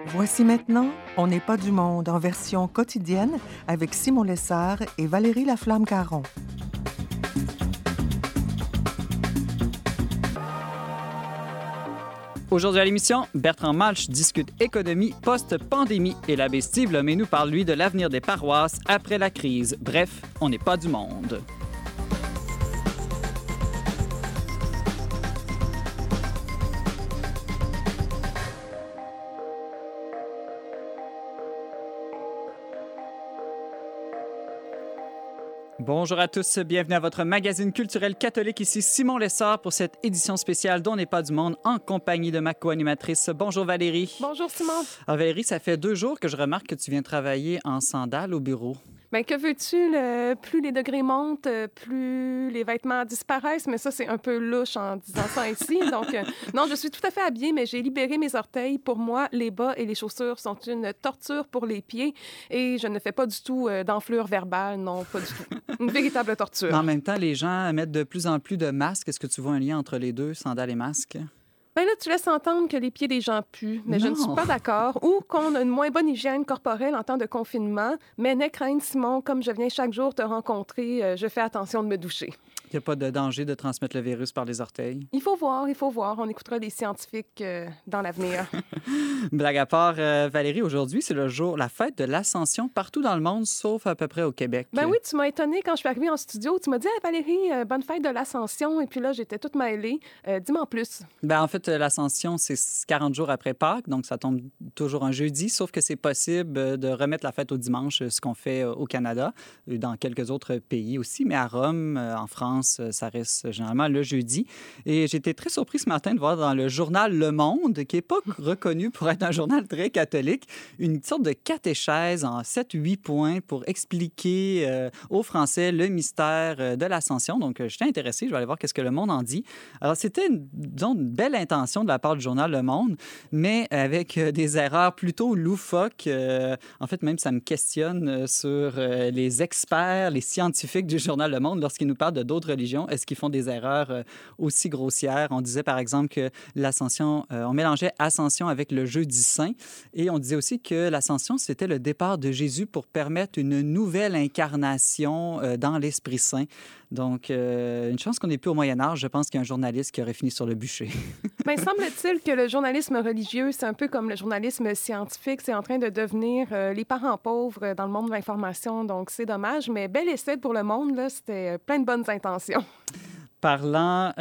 Voici maintenant On n'est pas du monde en version quotidienne avec Simon Lessard et Valérie Laflamme-Caron. Aujourd'hui à l'émission, Bertrand Malch discute économie post-pandémie et l'abbé Steve Lemay nous parle, lui, de l'avenir des paroisses après la crise. Bref, on n'est pas du monde. Bonjour à tous, bienvenue à votre magazine culturel catholique. Ici Simon Lessard pour cette édition spéciale d'On n'est pas du monde en compagnie de ma co-animatrice. Bonjour Valérie. Bonjour Simon. Alors Valérie, ça fait 2 jours que je remarque que tu viens travailler en sandales au bureau. Bien, que veux-tu? Plus les degrés montent, plus les vêtements disparaissent, mais ça, c'est un peu louche en disant ça ici. Donc, non, je suis tout à fait habillée, mais j'ai libéré mes orteils. Pour moi, les bas et les chaussures sont une torture pour les pieds et je ne fais pas du tout d'enflure verbale, non, pas du tout. Une véritable torture. Mais en même temps, les gens mettent de plus en plus de masques. Est-ce que tu vois un lien entre les deux, sandales et masques? Ben là, tu laisses entendre que les pieds des gens puent, mais non. Je ne suis pas d'accord. Ou qu'on a une moins bonne hygiène corporelle en temps de confinement. Mais n'aie crainte, Simon, comme je viens chaque jour te rencontrer, je fais attention de me doucher. Il n'y a pas de danger de transmettre le virus par les orteils? Il faut voir. On écoutera les scientifiques dans l'avenir. Blague à part, Valérie, aujourd'hui, c'est la fête de l'Ascension partout dans le monde, sauf à peu près au Québec. Ben oui, tu m'as étonnée quand je suis arrivée en studio. Tu m'as dit « Hey, Valérie, bonne fête de l'Ascension ». Et puis là, j'étais toute mêlée. Dis-moi en plus. Ben en fait, l'Ascension, c'est 40 jours après Pâques, donc ça tombe toujours un jeudi, sauf que c'est possible de remettre la fête au dimanche, ce qu'on fait au Canada, dans quelques autres pays aussi, mais à Rome, en France, ça reste généralement le jeudi. Et j'étais très surpris ce matin de voir dans le journal Le Monde, qui n'est pas reconnu pour être un journal très catholique, une sorte de catéchèse en 7-8 points pour expliquer aux Français le mystère de l'Ascension. Donc, j'étais intéressé, je vais aller voir qu'est-ce que Le Monde en dit. Alors, c'était, disons, une belle intention de la part du journal Le Monde, mais avec des erreurs plutôt loufoques. En fait, même, ça me questionne sur les experts, les scientifiques du journal Le Monde lorsqu'ils nous parlent de d'autres religions. Est-ce qu'ils font des erreurs aussi grossières? On disait, par exemple, que l'Ascension, on mélangeait Ascension avec le Jeudi Saint et on disait aussi que l'Ascension, c'était le départ de Jésus pour permettre une nouvelle incarnation dans l'Esprit Saint. Donc, une chance qu'on n'est plus au Moyen-Âge. Je pense qu'il y a un journaliste qui aurait fini sur le bûcher. Bien, semble-t-il que le journalisme religieux, c'est un peu comme le journalisme scientifique. C'est en train de devenir les parents pauvres dans le monde de l'information. Donc, c'est dommage, mais bel essai pour Le Monde. Là, c'était plein de bonnes intentions. Parlant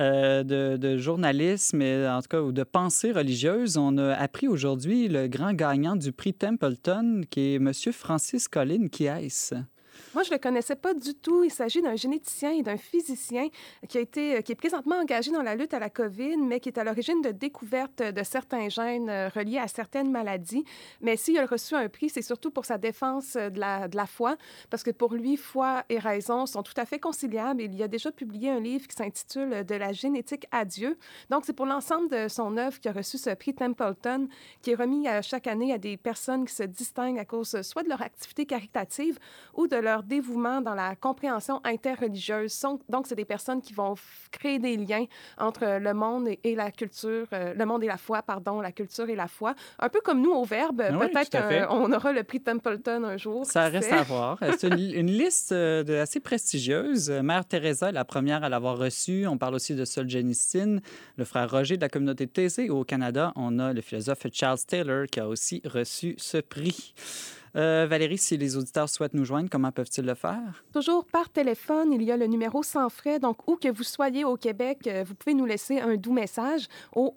de journalisme, en tout cas, ou de pensée religieuse, on a appris aujourd'hui le grand gagnant du prix Templeton, qui est M. Francis Collin. Qui est-ce? Moi, je ne le connaissais pas du tout. Il s'agit d'un généticien et d'un physicien qui est présentement engagé dans la lutte à la COVID, mais qui est à l'origine de découverte de certains gènes reliés à certaines maladies. Mais s'il a reçu un prix, c'est surtout pour sa défense de la foi, parce que pour lui, foi et raison sont tout à fait conciliables. Il a déjà publié un livre qui s'intitule « De la génétique à Dieu ». Donc, c'est pour l'ensemble de son œuvre qu'il a reçu ce prix Templeton, qui est remis chaque année à des personnes qui se distinguent à cause soit de leur activité caritative ou de leur dévouement dans la compréhension interreligieuse. Donc, c'est des personnes qui vont créer des liens entre le monde et la culture, le monde et la foi, pardon, la culture et la foi. Un peu comme nous au Verbe. Oui, peut-être qu'on aura le prix Templeton un jour. Ça reste à voir. C'est une liste assez prestigieuse. Mère Teresa est la première à l'avoir reçue. On parle aussi de Solzhenitsyn, le frère Roger de la communauté de Thésée. Au Canada, on a le philosophe Charles Taylor qui a aussi reçu ce prix. Valérie, si les auditeurs souhaitent nous joindre, comment peuvent-ils le faire? Toujours par téléphone. Il y a le numéro sans frais. Donc, où que vous soyez au Québec, vous pouvez nous laisser un doux message au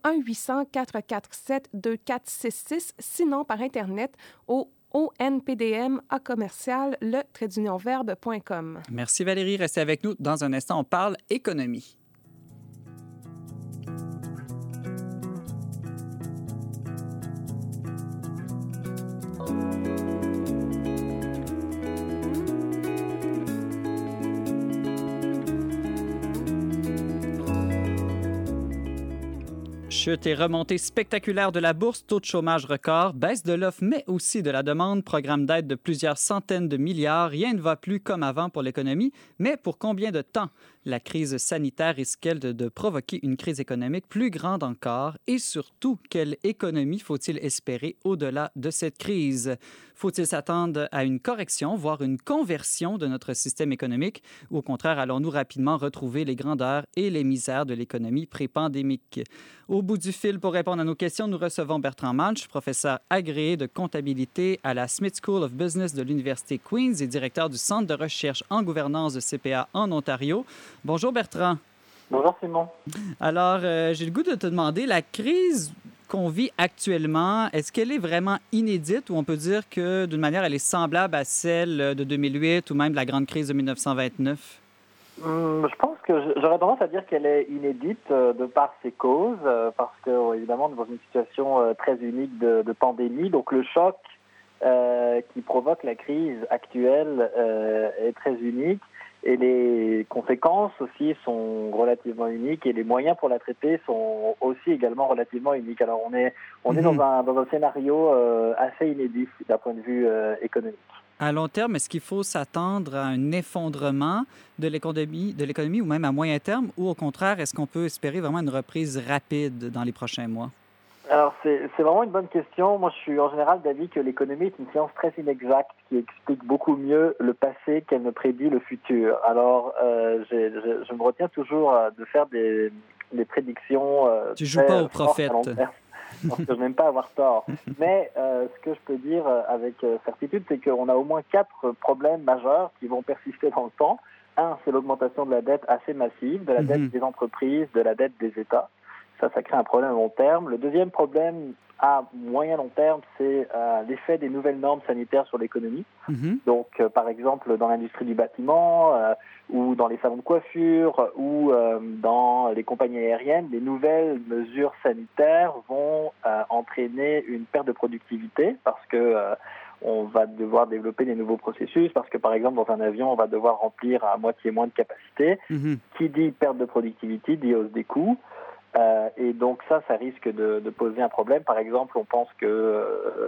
1-800-447-2466. Sinon, par Internet, au onpdm@le-verbe.com. Merci Valérie. Restez avec nous. Dans un instant, on parle économie. Chute et remontée spectaculaire de la bourse, taux de chômage record, baisse de l'offre mais aussi de la demande, programme d'aide de plusieurs centaines de milliards. Rien ne va plus comme avant pour l'économie, mais pour combien de temps? La crise sanitaire risque-t-elle de provoquer une crise économique plus grande encore? Et surtout, quelle économie faut-il espérer au-delà de cette crise? Faut-il s'attendre à une correction, voire une conversion de notre système économique? Ou au contraire, allons-nous rapidement retrouver les grandeurs et les misères de l'économie pré-pandémique? Au bout du fil, pour répondre à nos questions, nous recevons Bertrand Manche, professeur agréé de comptabilité à la Smith School of Business de l'Université Queen's et directeur du Centre de recherche en gouvernance de CPA en Ontario. Bonjour Bertrand. Bonjour Simon. Alors, j'ai le goût de te demander, la crise qu'on vit actuellement, est-ce qu'elle est vraiment inédite ou on peut dire que d'une manière, elle est semblable à celle de 2008 ou même de la grande crise de 1929? Je pense que j'aurais tendance à dire qu'elle est inédite de par ses causes, parce que évidemment, on est dans une situation très unique de pandémie. Donc le choc qui provoque la crise actuelle est très unique. Et les conséquences aussi sont relativement uniques et les moyens pour la traiter sont aussi également relativement uniques. Alors on est dans un scénario assez inédit d'un point de vue économique. À long terme, est-ce qu'il faut s'attendre à un effondrement de l'économie ou même à moyen terme ou au contraire, est-ce qu'on peut espérer vraiment une reprise rapide dans les prochains mois? Alors, c'est vraiment une bonne question. Moi, je suis en général d'avis que l'économie est une science très inexacte qui explique beaucoup mieux le passé qu'elle ne prédit le futur. Alors, je me retiens toujours de faire des prédictions. Tu joues pas au prophète. Parce que je n'aime pas avoir tort. Mais ce que je peux dire avec certitude, c'est qu'on a au moins 4 problèmes majeurs qui vont persister dans le temps. Un, c'est l'augmentation de la dette assez massive, de la dette des entreprises, de la dette des États. Ça crée un problème à long terme. Le deuxième problème à moyen long terme, c'est l'effet des nouvelles normes sanitaires sur l'économie. Donc, par exemple, dans l'industrie du bâtiment ou dans les salons de coiffure ou dans les compagnies aériennes, les nouvelles mesures sanitaires vont entraîner une perte de productivité parce que on va devoir développer des nouveaux processus parce que, par exemple, dans un avion, on va devoir remplir à moitié moins de capacité. Qui dit perte de productivité dit hausse des coûts. Et donc ça risque de poser un problème. Par exemple, on pense que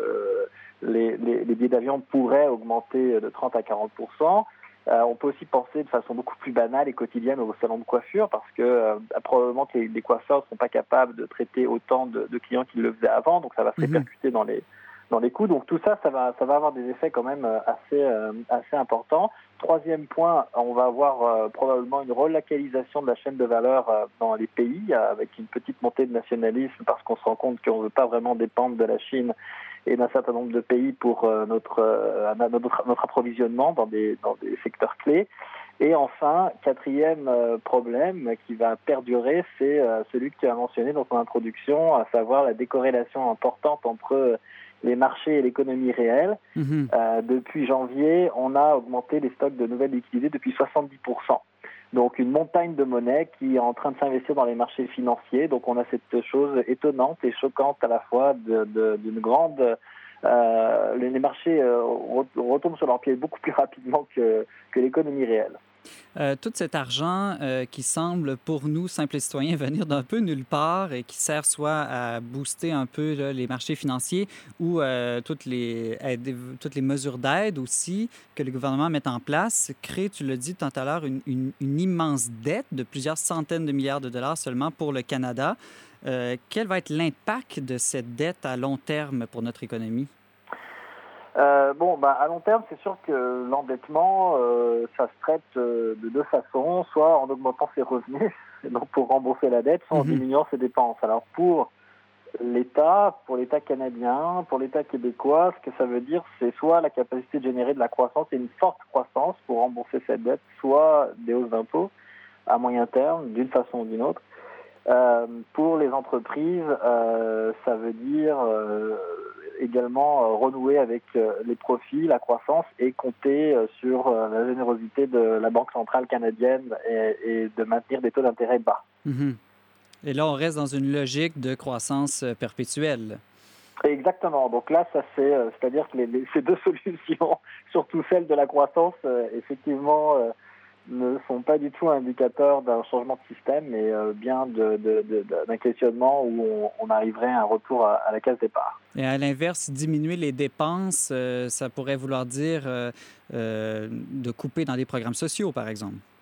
les billets d'avion pourraient augmenter de 30 à 40%. On peut aussi penser de façon beaucoup plus banale et quotidienne au salon de coiffure parce que probablement que les coiffeurs ne sont pas capables de traiter autant de clients qu'ils le faisaient avant. Donc ça va se répercuter dans les coûts. Donc tout ça va avoir des effets quand même assez importants. Troisième point, on va avoir probablement une relocalisation de la chaîne de valeur dans les pays avec une petite montée de nationalisme parce qu'on se rend compte qu'on ne veut pas vraiment dépendre de la Chine et d'un certain nombre de pays pour notre approvisionnement dans des secteurs clés. Et enfin, quatrième problème qui va perdurer, c'est celui que tu as mentionné dans ton introduction, à savoir la décorrélation importante entre les marchés et l'économie réelle. Depuis janvier, on a augmenté les stocks de nouvelles liquidités depuis 70%. Donc une montagne de monnaie qui est en train de s'investir dans les marchés financiers. Donc on a cette chose étonnante et choquante à la fois d'une grande... les marchés retombent sur leurs pieds beaucoup plus rapidement que l'économie réelle. Tout cet argent qui semble pour nous, simples citoyens, venir d'un peu nulle part et qui sert soit à booster un peu là, les marchés financiers ou toutes les mesures d'aide aussi que le gouvernement met en place, crée, tu l'as dit tout à l'heure, une immense dette de plusieurs centaines de milliards de dollars seulement pour le Canada. Quel va être l'impact de cette dette à long terme pour notre économie? À long terme, c'est sûr que l'endettement, ça se traite de deux façons, soit en augmentant ses revenus, donc pour rembourser la dette, soit en diminuant ses dépenses. Alors pour l'État canadien, pour l'État québécois, ce que ça veut dire, c'est soit la capacité de générer de la croissance et une forte croissance pour rembourser cette dette, soit des hausses d'impôts à moyen terme, d'une façon ou d'une autre. Pour les entreprises, ça veut dire également renouer avec les profits, la croissance et compter sur la générosité de la Banque centrale canadienne et de maintenir des taux d'intérêt bas. Et là, on reste dans une logique de croissance perpétuelle. Exactement. Donc là, c'est-à-dire que ces deux solutions, surtout celle de la croissance, effectivement, ne sont pas du tout indicateurs d'un changement de système, mais bien d'un questionnement où on arriverait à un retour à la case départ. Et à l'inverse, diminuer les dépenses, ça pourrait vouloir dire de couper dans les programmes sociaux, par exemple. Et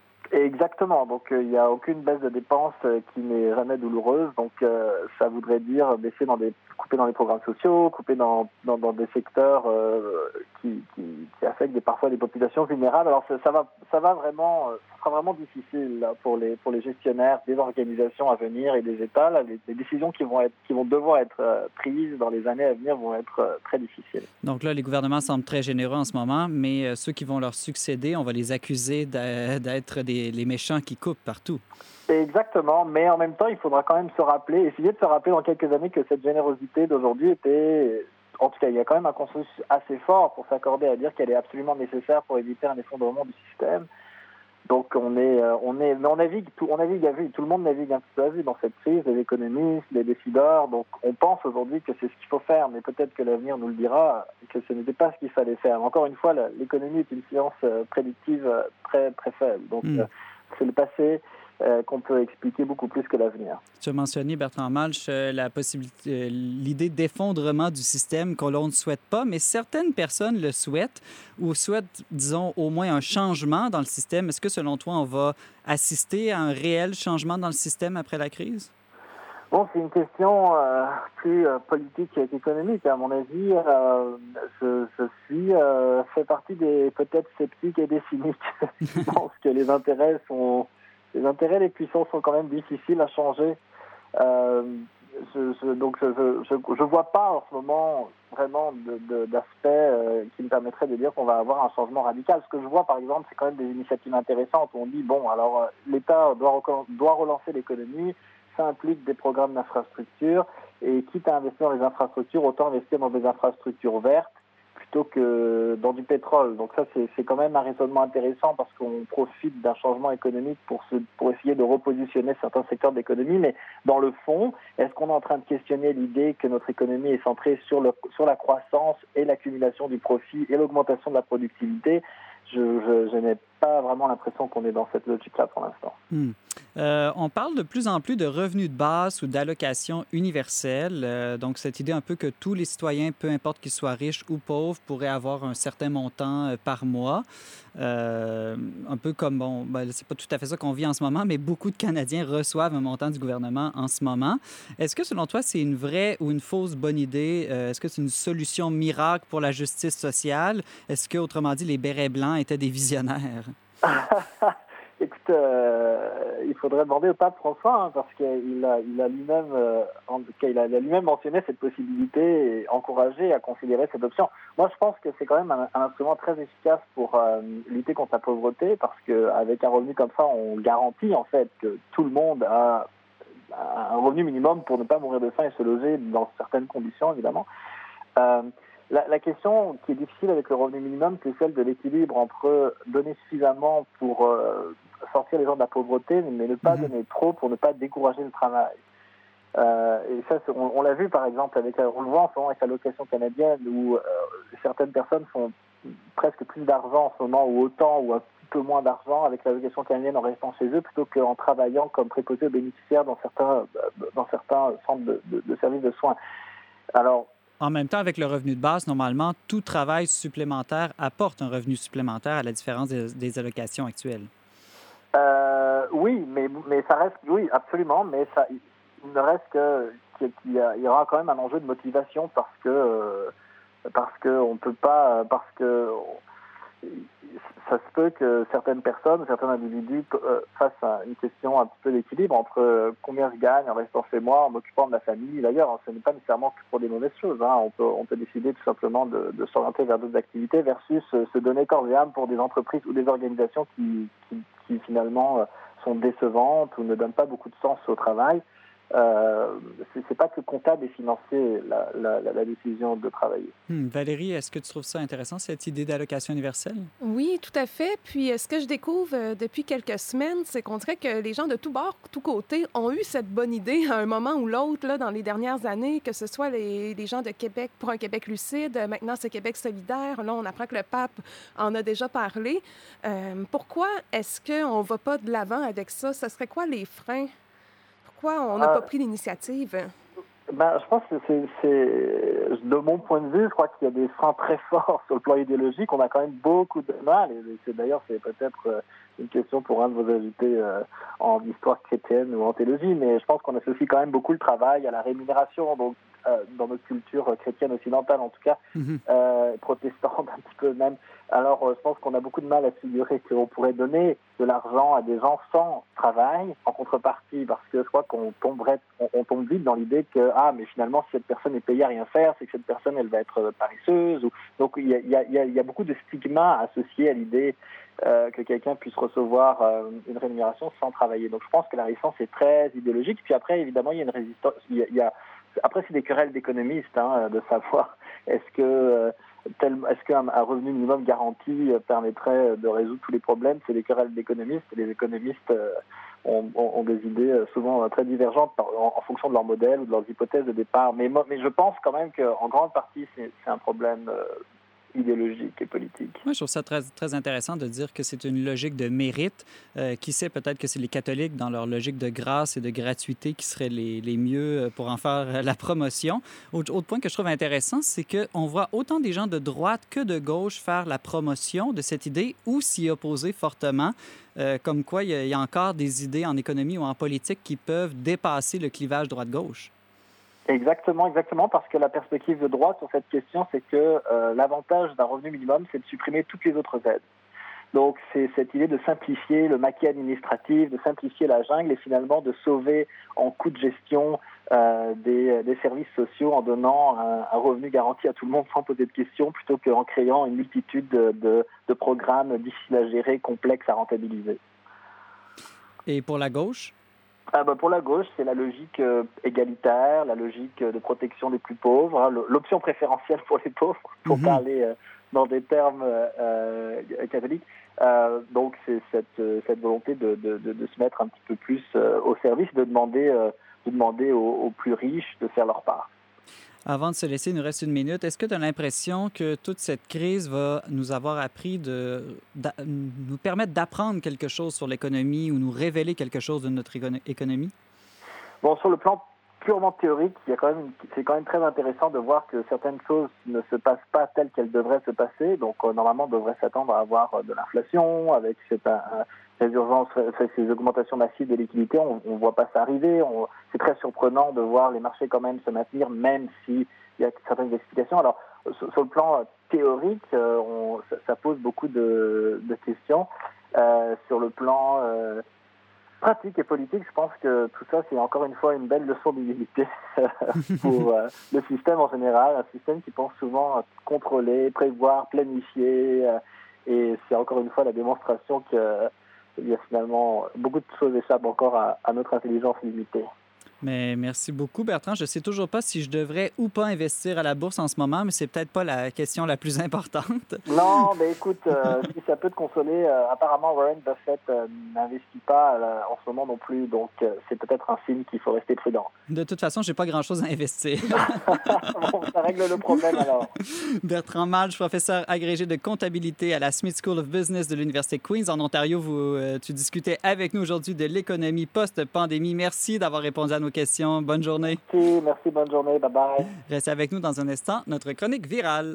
Exactement. Donc, il n'y a aucune baisse de dépenses qui n'est jamais douloureuse. Donc, ça voudrait dire couper dans les programmes sociaux, couper dans des secteurs qui affectent parfois des populations vulnérables. Alors, ça sera vraiment difficile là, pour les gestionnaires des organisations à venir et des États. Là, les décisions qui vont devoir être prises dans les années à venir vont être très difficiles. Donc là, les gouvernements semblent très généreux en ce moment, mais ceux qui vont leur succéder, on va les accuser d'être les méchants qui coupent partout. Exactement, mais en même temps, il faudra quand même essayer de se rappeler dans quelques années que cette générosité d'aujourd'hui était... En tout cas, il y a quand même un consensus assez fort pour s'accorder à dire qu'elle est absolument nécessaire pour éviter un effondrement du système. Donc, on navigue, tout le monde navigue un petit peu à vue dans cette crise, les économistes, les décideurs. Donc, on pense aujourd'hui que c'est ce qu'il faut faire, mais peut-être que l'avenir nous le dira, que ce n'était pas ce qu'il fallait faire. Encore une fois, l'économie est une science prédictive très, très faible. Donc, c'est le passé qu'on peut expliquer beaucoup plus que l'avenir. Tu as mentionné, Bertrand Malche, l'idée d'effondrement du système que l'on ne souhaite pas, mais certaines personnes le souhaitent ou souhaitent, disons, au moins un changement dans le système. Est-ce que, selon toi, on va assister à un réel changement dans le système après la crise? Bon, c'est une question plus politique qu'économique. À mon avis, je fais partie des peut-être sceptiques et des cyniques. Je pense que les intérêts des puissants sont quand même difficiles à changer. Donc je vois pas en ce moment vraiment d'aspect qui me permettrait de dire qu'on va avoir un changement radical. Ce que je vois, par exemple, c'est quand même des initiatives intéressantes. On dit, bon, alors l'État doit relancer l'économie, ça implique des programmes d'infrastructures, et quitte à investir dans les infrastructures, autant investir dans des infrastructures vertes plutôt que dans du pétrole. Donc ça, c'est quand même un raisonnement intéressant parce qu'on profite d'un changement économique pour essayer de repositionner certains secteurs d'économie. Mais dans le fond, est-ce qu'on est en train de questionner l'idée que notre économie est centrée sur la croissance et l'accumulation du profit et l'augmentation de la productivité? Je n'ai pas vraiment l'impression qu'on est dans cette logique-là pour l'instant. On parle de plus en plus de revenus de base ou d'allocations universelles. Donc, cette idée un peu que tous les citoyens, peu importe qu'ils soient riches ou pauvres, pourraient avoir un certain montant par mois. Un peu comme, c'est pas tout à fait ça qu'on vit en ce moment, mais beaucoup de Canadiens reçoivent un montant du gouvernement en ce moment. Est-ce que, selon toi, c'est une vraie ou une fausse bonne idée? Est-ce que c'est une solution miracle pour la justice sociale? Est-ce que, autrement dit, les bérets blancs étaient des visionnaires? Écoute, il faudrait demander au pape François, parce qu'il a lui-même mentionné cette possibilité et encouragé à considérer cette option. Moi, je pense que c'est quand même un instrument très efficace pour lutter contre la pauvreté, parce qu'avec un revenu comme ça, on garantit en fait que tout le monde a un revenu minimum pour ne pas mourir de faim et se loger dans certaines conditions, évidemment. La question qui est difficile avec le revenu minimum, c'est celle de l'équilibre entre donner suffisamment pour sortir les gens de la pauvreté, mais ne pas donner trop pour ne pas décourager le travail. Et ça, on l'a vu par exemple on le voit en ce moment avec l'allocation canadienne, où certaines personnes font presque plus d'argent en ce moment, ou autant, ou un petit peu moins d'argent avec l'allocation canadienne en restant chez eux, plutôt qu'en travaillant comme préposés aux bénéficiaires dans certains centres de services de soins. Alors, en même temps, avec le revenu de base, normalement, tout travail supplémentaire apporte un revenu supplémentaire à la différence des allocations actuelles. Oui, mais ça reste, oui, absolument, mais il ne reste qu'il y aura quand même un enjeu de motivation parce que on peut pas, parce que ça se peut que certaines personnes, certains individus fassent une question un petit peu d'équilibre entre combien je gagne en restant chez moi, en m'occupant de la famille. D'ailleurs, ce n'est pas nécessairement que pour des mauvaises choses. On peut décider tout simplement de s'orienter vers d'autres activités versus se donner corps et âme pour des entreprises ou des organisations qui finalement sont décevantes ou ne donnent pas beaucoup de sens au travail. C'est pas que comptable et financier la décision de travailler. Valérie, est-ce que tu trouves ça intéressant, cette idée d'allocation universelle? Oui, tout à fait. Puis ce que je découvre depuis quelques semaines, c'est qu'on dirait que les gens de tous bords, tous côtés, ont eu cette bonne idée à un moment ou l'autre là, dans les dernières années, que ce soit les gens de Québec pour un Québec lucide, maintenant c'est Québec solidaire, là on apprend que le pape en a déjà parlé. Pourquoi est-ce qu'on ne va pas de l'avant avec ça? Ce serait quoi les freins? Pourquoi on n'a pas pris l'initiative? Je pense que de mon point de vue, je crois qu'il y a des freins très forts sur le plan idéologique. On a quand même beaucoup de mal, et d'ailleurs c'est peut-être une question pour un de vos invités en histoire chrétienne ou en théologie, mais je pense qu'on associe quand même beaucoup le travail à la rémunération, donc dans notre culture chrétienne occidentale en tout cas, protestante un petit peu même. Alors je pense qu'on a beaucoup de mal à se figurer qu'on pourrait donner de l'argent à des gens sans travail en contrepartie, parce que je crois qu'on tombe vite dans l'idée que mais finalement si cette personne est payée à rien faire, c'est que cette personne elle va être paresseuse. Donc il y a beaucoup de stigmas associés à l'idée que quelqu'un puisse recevoir une rémunération sans travailler. Donc je pense que la résistance est très idéologique. Puis après évidemment il y a une résistance. Après c'est des querelles d'économistes de savoir est-ce qu'un revenu minimum garanti permettrait de résoudre tous les problèmes. C'est des querelles d'économistes. Et les économistes ont des idées souvent très divergentes en fonction de leur modèle ou de leurs hypothèses de départ. Mais je pense quand même qu'en grande partie, c'est un problème idéologique et politique. Moi, je trouve ça très, très intéressant de dire que c'est une logique de mérite. Qui sait, peut-être que c'est les catholiques, dans leur logique de grâce et de gratuité, qui seraient les mieux pour en faire la promotion. Autre point que je trouve intéressant, c'est qu'on voit autant des gens de droite que de gauche faire la promotion de cette idée ou s'y opposer fortement. Comme quoi, il y a encore des idées en économie ou en politique qui peuvent dépasser le clivage droite-gauche. Exactement, parce que la perspective de droite sur cette question, c'est que l'avantage d'un revenu minimum, c'est de supprimer toutes les autres aides. Donc, c'est cette idée de simplifier le maquis administratif, de simplifier la jungle et finalement de sauver en coût de gestion des services sociaux en donnant un revenu garanti à tout le monde sans poser de questions, plutôt qu'en créant une multitude de programmes difficiles à gérer, complexes à rentabiliser. Et pour la gauche? Pour la gauche, c'est la logique égalitaire, la logique de protection des plus pauvres, l'option préférentielle pour les pauvres, pour parler dans des termes catholiques. Donc, c'est cette volonté de se mettre un petit peu plus au service, de demander aux plus riches de faire leur part. Avant de se laisser, il nous reste 1 minute. Est-ce que tu as l'impression que toute cette crise va nous avoir appris nous permettre d'apprendre quelque chose sur l'économie ou nous révéler quelque chose de notre économie? Bon, sur le plan purement théorique, c'est quand même très intéressant de voir que certaines choses ne se passent pas telles qu'elles devraient se passer. Donc, normalement, on devrait s'attendre à avoir de l'inflation avec ces urgences, ces augmentations massives de liquidités. On ne voit pas ça arriver. C'est très surprenant de voir les marchés quand même se maintenir, même s'il y a certaines explications. Alors, sur le plan théorique, ça pose beaucoup de questions. Sur le plan pratique et politique, je pense que tout ça, c'est encore une fois une belle leçon d'humilité pour le système en général, un système qui pense souvent contrôler, prévoir, planifier, et c'est encore une fois la démonstration qu'il y a finalement beaucoup de choses échappent encore à notre intelligence limitée. Mais merci beaucoup, Bertrand. Je ne sais toujours pas si je devrais ou pas investir à la bourse en ce moment, mais c'est peut-être pas la question la plus importante. Non, mais écoute, si ça peut te consoler, apparemment Warren Buffett n'investit pas en ce moment non plus, donc c'est peut-être un signe qu'il faut rester prudent. De toute façon, j'ai pas grand-chose à investir. Bon, ça règle le problème alors. Bertrand Malge, professeur agrégé de comptabilité à la Smith School of Business de l'Université Queen's en Ontario. Tu discutais avec nous aujourd'hui de l'économie post-pandémie. Merci d'avoir répondu à nos questions. Bonne journée. Merci, bonne journée. Bye-bye. Restez avec nous dans un instant, notre chronique virale.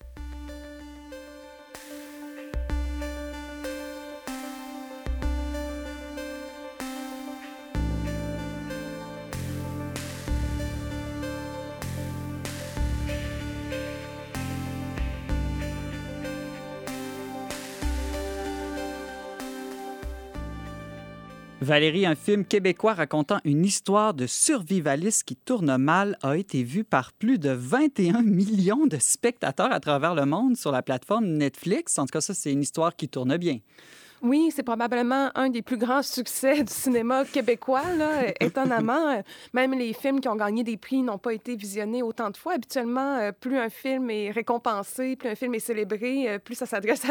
Valérie, un film québécois racontant une histoire de survivaliste qui tourne mal a été vu par plus de 21 millions de spectateurs à travers le monde sur la plateforme Netflix. En tout cas, ça, c'est une histoire qui tourne bien. Oui, c'est probablement un des plus grands succès du cinéma québécois, là. Étonnamment. Même les films qui ont gagné des prix n'ont pas été visionnés autant de fois. Habituellement, plus un film est récompensé, plus un film est célébré, plus ça s'adresse à des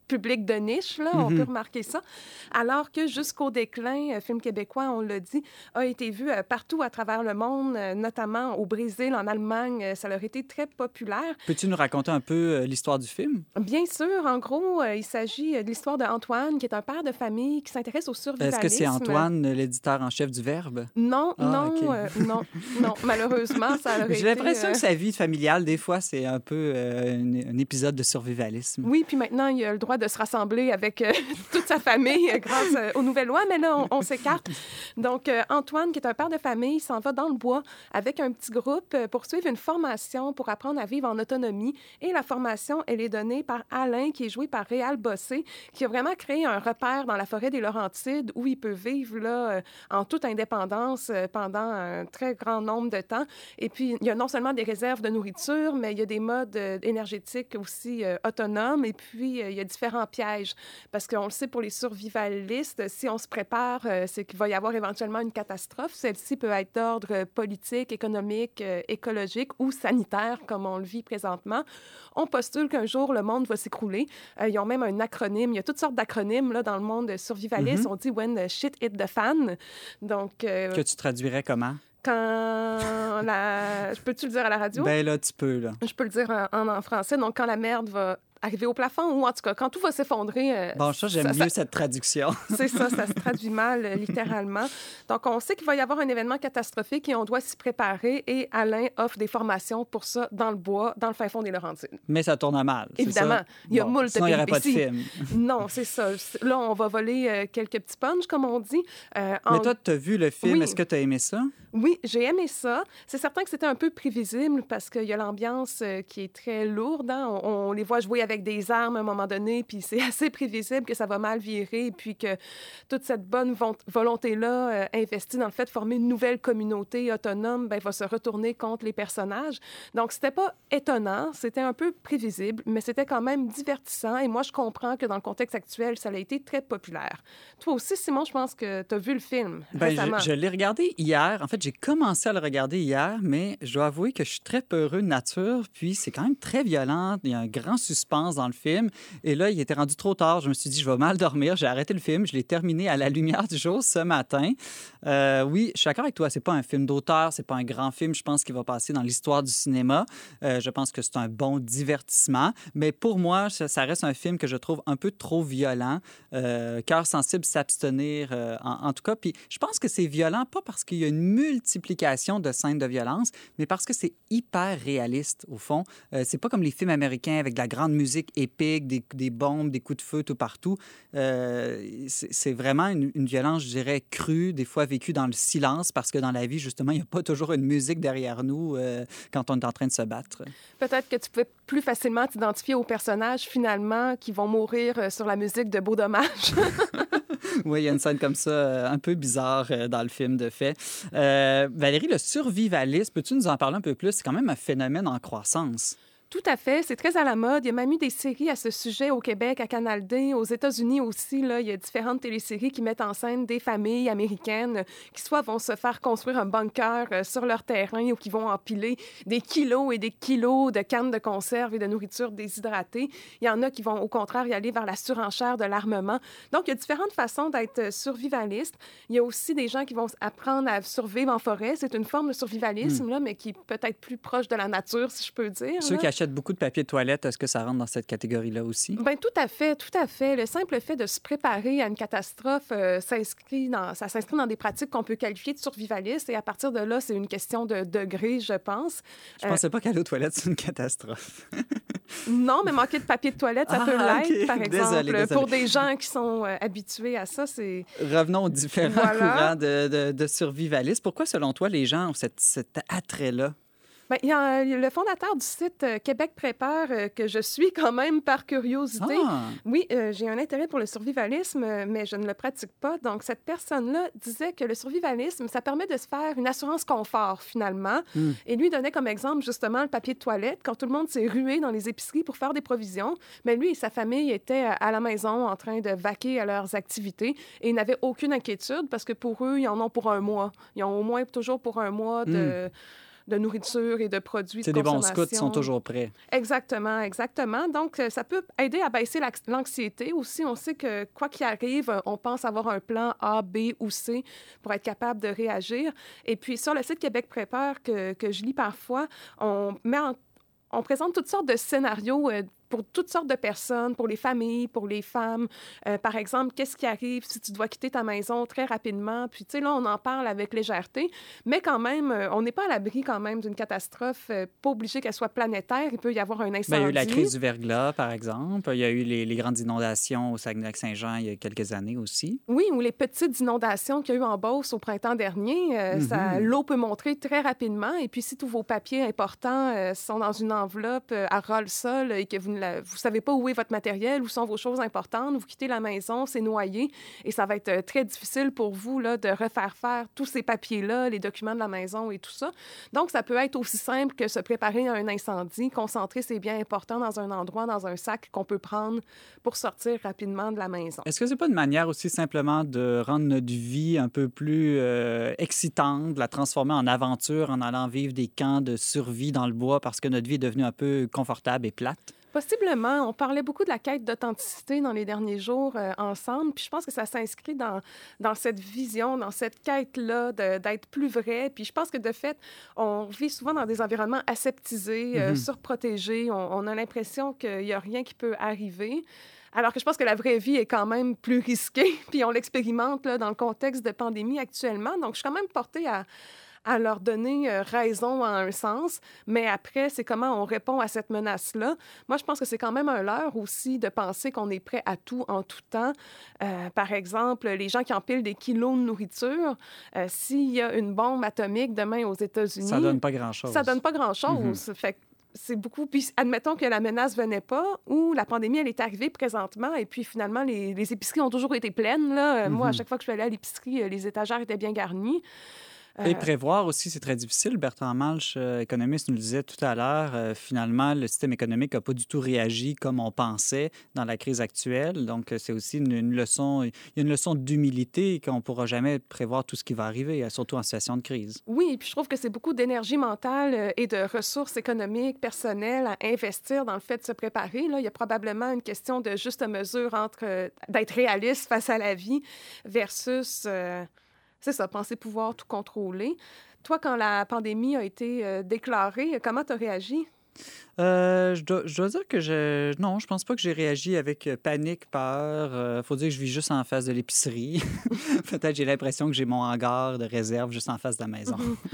public de niche, là, on peut remarquer ça. Alors que Jusqu'au déclin, film québécois, on l'a dit, a été vu partout à travers le monde, notamment au Brésil, en Allemagne. Ça leur a été très populaire. Peux-tu nous raconter un peu l'histoire du film? Bien sûr. En gros, il s'agit de l'histoire d'Antoine, qui est un père de famille qui s'intéresse au survivalisme. Est-ce que c'est Antoine, l'éditeur en chef du Verbe? Non, okay. Non. Malheureusement, ça aurait été... J'ai l'impression que sa vie familiale, des fois, c'est un peu un épisode de survivalisme. Oui, puis maintenant, il a le droit de se rassembler avec toute sa famille grâce aux nouvelles lois, mais là, on s'écarte. Donc, Antoine, qui est un père de famille, s'en va dans le bois avec un petit groupe pour suivre une formation pour apprendre à vivre en autonomie. Et la formation, elle est donnée par Alain, qui est joué par Réal Bossé, qui a vraiment créé un repère dans la forêt des Laurentides où il peut vivre là, en toute indépendance pendant un très grand nombre de temps. Et puis, il y a non seulement des réserves de nourriture, mais il y a des modes énergétiques aussi autonomes. Et puis, il y a différents pièges. Parce qu'on le sait, pour les survivalistes, si on se prépare, c'est qu'il va y avoir éventuellement une catastrophe. Celle-ci peut être d'ordre politique, économique, écologique ou sanitaire, comme on le vit présentement. On postule qu'un jour, le monde va s'écrouler. Ils ont même un acronyme. Il y a toutes sortes d'acronymes là, dans le monde survivaliste. On dit « when shit hit the fan ». Donc, que tu traduirais comment? Quand la... Peux-tu le dire à la radio? Ben là, tu peux, là. Je peux le dire en français. Donc, quand la merde va arriver au plafond ou en tout cas, quand tout va s'effondrer... Bon, ça, j'aime mieux cette traduction. C'est ça se traduit mal, littéralement. Donc, on sait qu'il va y avoir un événement catastrophique et on doit s'y préparer. Et Alain offre des formations pour ça dans le bois, dans le fin fond des Laurentides. Mais ça tourne à mal, évidemment. Ça? Il y a moult sinon, il n'y aurait pas de film. Non, c'est ça. Là, on va voler quelques petits punchs, comme on dit. Mais toi, tu as vu le film. Oui. Est-ce que tu as aimé ça? Oui, j'ai aimé ça. C'est certain que c'était un peu prévisible parce qu'il y a l'ambiance qui est très lourde. Hein? On les voit jouer avec des armes à un moment donné, puis c'est assez prévisible que ça va mal virer, puis que toute cette bonne volonté-là investie dans le fait de former une nouvelle communauté autonome, ben, va se retourner contre les personnages. Donc, c'était pas étonnant, c'était un peu prévisible, mais c'était quand même divertissant. Et moi, je comprends que dans le contexte actuel, ça a été très populaire. Toi aussi, Simon, je pense que tu as vu le film récemment. Je l'ai regardé hier. En fait, j'ai commencé à le regarder hier, mais je dois avouer que je suis très peureux de nature, puis c'est quand même très violent. Il y a un grand suspense dans le film. Et là, il était rendu trop tard. Je me suis dit, je vais mal dormir. J'ai arrêté le film. Je l'ai terminé à la lumière du jour ce matin. Oui, je suis d'accord avec toi. C'est pas un film d'auteur. C'est pas un grand film. Je pense qu'il va passer dans l'histoire du cinéma. Je pense que c'est un bon divertissement. Mais pour moi, ça reste un film que je trouve un peu trop violent. Cœur sensible, s'abstenir, en tout cas. Puis je pense que c'est violent, pas parce qu'il y a une multiplication de scènes de violence, mais parce que c'est hyper réaliste, au fond. C'est pas comme les films américains avec de la grande musique épique, des bombes, des coups de feu tout partout. C'est vraiment une violence, je dirais, crue, des fois vécue dans le silence, parce que dans la vie, justement, il n'y a pas toujours une musique derrière nous quand on est en train de se battre. Peut-être que tu pouvais plus facilement t'identifier aux personnages, finalement, qui vont mourir sur la musique de Beau Dommage. Oui, il y a une scène comme ça, un peu bizarre dans le film, de fait. Valérie, le survivalisme, peux-tu nous en parler un peu plus? C'est quand même un phénomène en croissance. Tout à fait. C'est très à la mode. Il y a même eu des séries à ce sujet au Québec, à Canal D, aux États-Unis aussi. Là, il y a différentes téléséries qui mettent en scène des familles américaines qui soit vont se faire construire un bunker sur leur terrain ou qui vont empiler des kilos et des kilos de cannes de conserve et de nourriture déshydratée. Il y en a qui vont, au contraire, y aller vers la surenchère de l'armement. Donc, il y a différentes façons d'être survivaliste. Il y a aussi des gens qui vont apprendre à survivre en forêt. C'est une forme de survivalisme, là, mais qui est peut-être plus proche de la nature, si je peux dire. Ceux qui achètent beaucoup de papier de toilette, est-ce que ça rentre dans cette catégorie-là aussi? Bien, tout à fait, tout à fait. Le simple fait de se préparer à une catastrophe s'inscrit dans des pratiques qu'on peut qualifier de survivalistes. Et à partir de là, c'est une question de degré, je pense. Je pensais pas qu'aller aux toilettes, c'est une catastrophe. Non, mais manquer de papier de toilette, ça peut l'être, okay. par exemple. Désolé. Pour des gens qui sont habitués à ça, c'est... Revenons aux différents courants de survivalisme. Pourquoi, selon toi, les gens ont cet attrait-là? Bien, il y a le fondateur du site Québec Prépare que je suis quand même par curiosité. Ah. Oui, j'ai un intérêt pour le survivalisme, mais je ne le pratique pas. Donc, cette personne-là disait que le survivalisme, ça permet de se faire une assurance confort, finalement. Et lui donnait comme exemple, justement, le papier de toilette. Quand tout le monde s'est rué dans les épiceries pour faire des provisions, mais lui et sa famille étaient à la maison en train de vaquer à leurs activités et ils n'avaient aucune inquiétude parce que pour eux, ils en ont pour un mois. Ils ont au moins toujours pour un mois nourriture et de produits de des bons consommation. scouts sont toujours prêts. Exactement, exactement. Donc, ça peut aider à baisser l'anxiété aussi. On sait que, quoi qu'il arrive, on pense avoir un plan A, B ou C pour être capable de réagir. Et puis, sur le site Québec Prépare que je lis parfois, on présente toutes sortes de scénarios pour toutes sortes de personnes, pour les familles, pour les femmes. Par exemple, qu'est-ce qui arrive si tu dois quitter ta maison très rapidement? Puis, tu sais, là, on en parle avec légèreté, mais quand même, on n'est pas à l'abri quand même d'une catastrophe, pas obligé qu'elle soit planétaire. Il peut y avoir un incendie. Bien, il y a eu la crise du verglas, par exemple. Il y a eu les grandes inondations au Saguenay-Lac-Saint-Jean il y a quelques années aussi. Oui, ou les petites inondations qu'il y a eu en Beauce au printemps dernier. L'eau peut monter très rapidement. Et puis, si tous vos papiers importants sont dans une enveloppe à ras-le-sol et que vous ne savez pas où est votre matériel, où sont vos choses importantes, vous quittez la maison, c'est noyé et ça va être très difficile pour vous là, de refaire faire tous ces papiers-là, les documents de la maison et tout ça. Donc, ça peut être aussi simple que se préparer à un incendie, concentrer ses biens importants dans un endroit, dans un sac qu'on peut prendre pour sortir rapidement de la maison. Est-ce que c'est pas une manière aussi simplement de rendre notre vie un peu plus excitante, de la transformer en aventure en allant vivre des camps de survie dans le bois parce que notre vie est devenue un peu confortable et plate? Possiblement. On parlait beaucoup de la quête d'authenticité dans les derniers jours ensemble, puis je pense que ça s'inscrit dans cette vision, dans cette quête-là d'être plus vrai. Puis je pense que, de fait, on vit souvent dans des environnements aseptisés, surprotégés. On a l'impression qu'il n'y a rien qui peut arriver. Alors que je pense que la vraie vie est quand même plus risquée, puis on l'expérimente là, dans le contexte de pandémie actuellement. Donc, je suis quand même portée à leur donner raison en un sens, mais après, c'est comment on répond à cette menace-là. Moi, je pense que c'est quand même un leurre aussi de penser qu'on est prêt à tout en tout temps. Par exemple, les gens qui empilent des kilos de nourriture, s'il y a une bombe atomique demain aux États-Unis... Ça donne pas grand-chose. Ça donne pas grand-chose. Fait que c'est beaucoup... Puis admettons que la menace venait pas ou la pandémie, elle est arrivée présentement et puis finalement, les épiceries ont toujours été pleines. Là. Moi, à chaque fois que je suis allée à l'épicerie, les étagères étaient bien garnies. Et prévoir aussi, c'est très difficile. Bertrand Malche, économiste, nous le disait tout à l'heure. Finalement, le système économique n'a pas du tout réagi comme on pensait dans la crise actuelle. Donc, c'est aussi une leçon. Il y a une leçon d'humilité qu'on ne pourra jamais prévoir tout ce qui va arriver, surtout en situation de crise. Oui, puis je trouve que c'est beaucoup d'énergie mentale et de ressources économiques, personnelles à investir dans le fait de se préparer. Là, il y a probablement une question de juste mesure entre d'être réaliste face à la vie versus... c'est ça, penser pouvoir tout contrôler. Toi, quand la pandémie a été déclarée, comment tu as réagi? Je dois dire que non, je pense pas que j'ai réagi avec panique, peur. Faut dire que je vis juste en face de l'épicerie. Peut-être j'ai l'impression que j'ai mon hangar de réserve juste en face de la maison.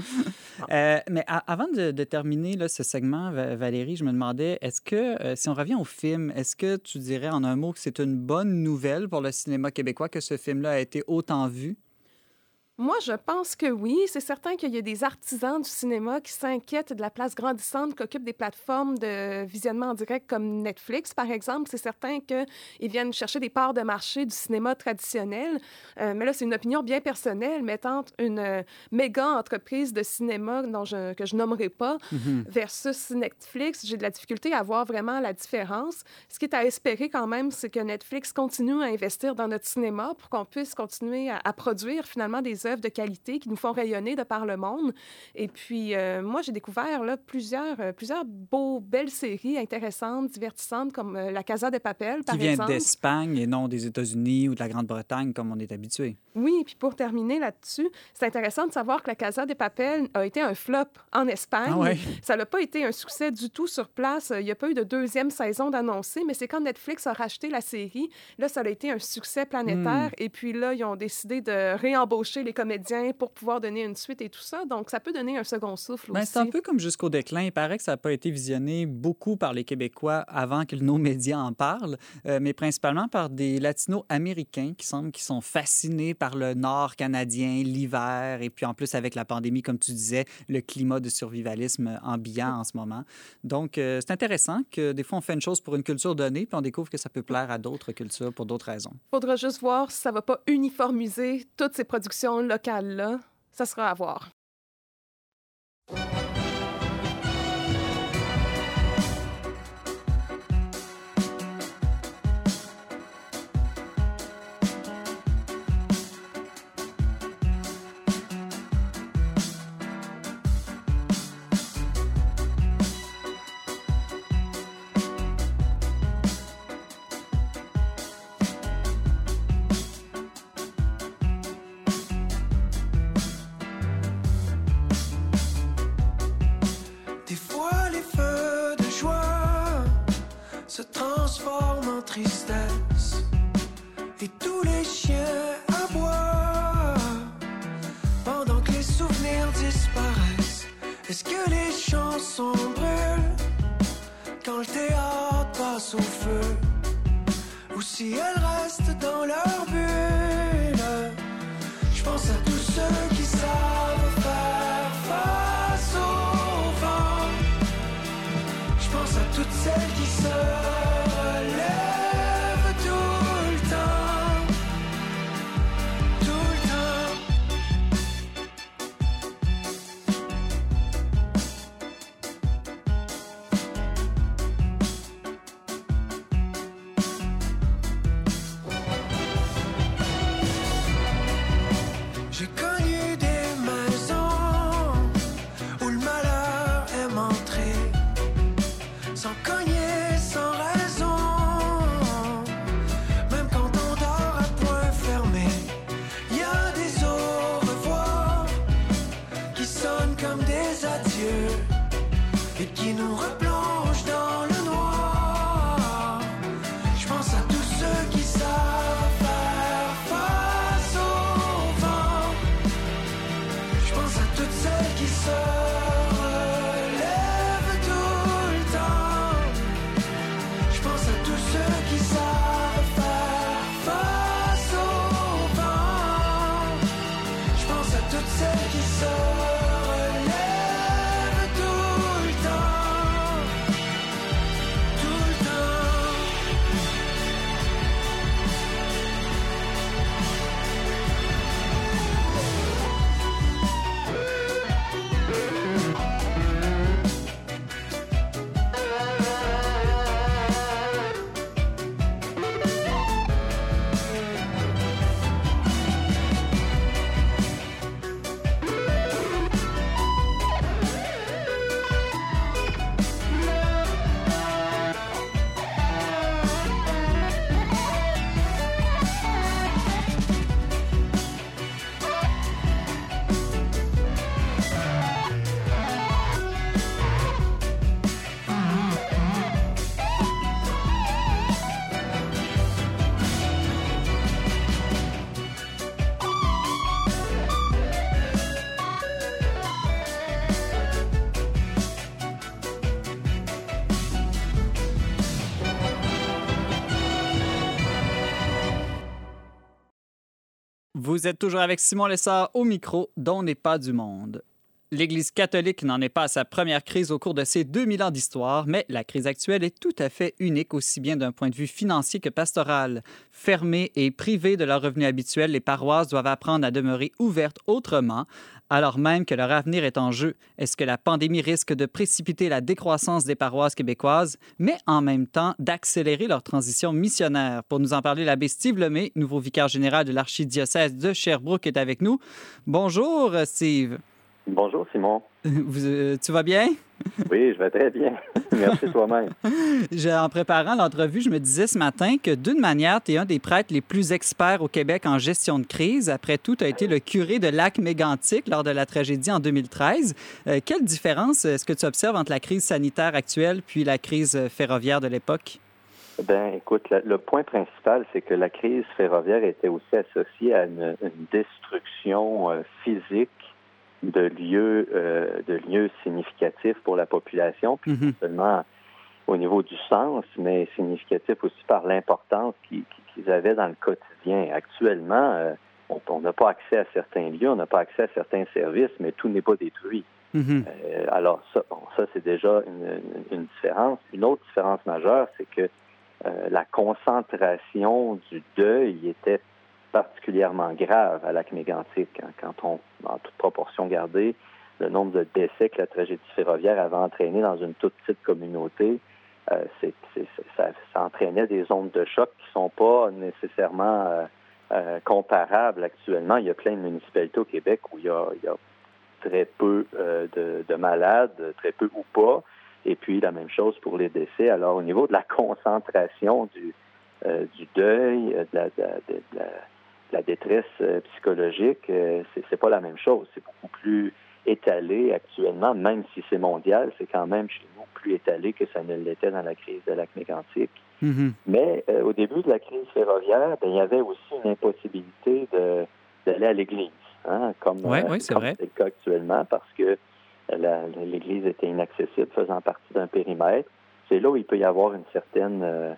Mais avant de terminer là, ce segment, Valérie, je me demandais, est-ce que, si on revient au film, est-ce que tu dirais en un mot que c'est une bonne nouvelle pour le cinéma québécois que ce film-là a été autant vu? Moi, je pense que oui. C'est certain qu'il y a des artisans du cinéma qui s'inquiètent de la place grandissante qu'occupent des plateformes de visionnement en direct comme Netflix, par exemple. C'est certain qu'ils viennent chercher des parts de marché du cinéma traditionnel. Mais là, c'est une opinion bien personnelle, mettant une méga entreprise de cinéma que je nommerai pas versus Netflix. J'ai de la difficulté à voir vraiment la différence. Ce qui est à espérer quand même, c'est que Netflix continue à investir dans notre cinéma pour qu'on puisse continuer à produire finalement des œuvres de qualité qui nous font rayonner de par le monde. Et puis, moi, j'ai découvert là, plusieurs belles séries intéressantes, divertissantes, comme La Casa de Papel, par exemple. Qui vient d'Espagne et non des États-Unis ou de la Grande-Bretagne, comme on est habitué. Oui, puis pour terminer là-dessus, c'est intéressant de savoir que La Casa de Papel a été un flop en Espagne. Ah ouais. Ça n'a pas été un succès du tout sur place. Il n'y a pas eu de deuxième saison d'annoncé, mais c'est quand Netflix a racheté la série, là, ça a été un succès planétaire. Et puis là, ils ont décidé de réembaucher les comédiens pour pouvoir donner une suite et tout ça. Donc, ça peut donner un second souffle aussi. C'est un peu comme Jusqu'au déclin. Il paraît que ça n'a pas été visionné beaucoup par les Québécois avant que nos médias en parlent, mais principalement par des Latino-Américains qui sont fascinés par le Nord canadien, l'hiver, et puis en plus, avec la pandémie, comme tu disais, le climat de survivalisme ambiant en ce moment. Donc, c'est intéressant que des fois, on fait une chose pour une culture donnée, puis on découvre que ça peut plaire à d'autres cultures pour d'autres raisons. Il faudra juste voir si ça ne va pas uniformiser toutes ces productions locales-là. Ça sera à voir. se transforment en tristesse et tous les chiens aboient pendant que les souvenirs disparaissent. Est-ce que les chansons brûlent quand le théâtre passe au feu, ou si elles restent dans leur bulle? Je pense à tous ceux qui savent faire face au vent. Je pense à toutes celles qui se relèvent tout le temps, tout le temps. J'ai connu des maisons où le malheur est montré, sans cogner, sans raison. Même quand on dort à point fermé, y a des au revoir qui sonnent comme des adieux et qui nous replongent dans le noir. Je pense à tous ceux qui savent faire face au vent. Je pense à toutes celles qui se relèvent tout le temps. Je pense à tous ceux qui savent faire face au vent. Je pense à toutes celles qui se relèvent tout le temps, tout le temps. Vous êtes toujours avec Simon Lessard au micro d'On n'est pas du monde. L'Église catholique n'en est pas à sa première crise au cours de ses 2000 ans d'histoire, mais la crise actuelle est tout à fait unique, aussi bien d'un point de vue financier que pastoral. Fermées et privées de leurs revenus habituels, les paroisses doivent apprendre à demeurer ouvertes autrement, alors même que leur avenir est en jeu. Est-ce que la pandémie risque de précipiter la décroissance des paroisses québécoises, mais en même temps d'accélérer leur transition missionnaire? Pour nous en parler, l'abbé Steve Lemay, nouveau vicaire général de l'archidiocèse de Sherbrooke, est avec nous. Bonjour, Steve. Bonjour, Simon. Tu vas bien? Oui, je vais très bien. Merci toi-même. En préparant l'entrevue, je me disais ce matin que d'une manière, tu es un des prêtres les plus experts au Québec en gestion de crise. Après tout, tu as été le curé de Lac-Mégantic lors de la tragédie en 2013. Quelle différence est-ce que tu observes entre la crise sanitaire actuelle puis la crise ferroviaire de l'époque? Ben, écoute, le point principal, c'est que la crise ferroviaire était aussi associée à une destruction physique de lieux significatifs pour la population, puis non seulement au niveau du sens, mais significatif aussi par l'importance qu'ils avaient dans le quotidien. Actuellement, on n'a pas accès à certains lieux, on n'a pas accès à certains services, mais tout n'est pas détruit. Alors ça, c'est déjà une différence. Une autre différence majeure, c'est que la concentration du deuil était particulièrement grave à Lac-Mégantic. Quand on, en toute proportion gardée, le nombre de décès que la tragédie ferroviaire avait entraîné dans une toute petite communauté, ça entraînait des ondes de choc qui ne sont pas nécessairement comparables actuellement. Il y a plein de municipalités au Québec où il y a très peu de malades, très peu ou pas, et puis la même chose pour les décès. Alors, au niveau de la concentration du deuil, de la détresse psychologique, c'est pas la même chose. C'est beaucoup plus étalé actuellement, même si c'est mondial, c'est quand même chez nous plus étalé que ça ne l'était dans la crise de Lac-Mégantic. Mhm. Mais au début de la crise ferroviaire, il y avait aussi une impossibilité d'aller à l'église, hein, comme c'est comme vrai. c'est le cas actuellement, parce que l'église était inaccessible, faisant partie d'un périmètre. C'est là où il peut y avoir une certaine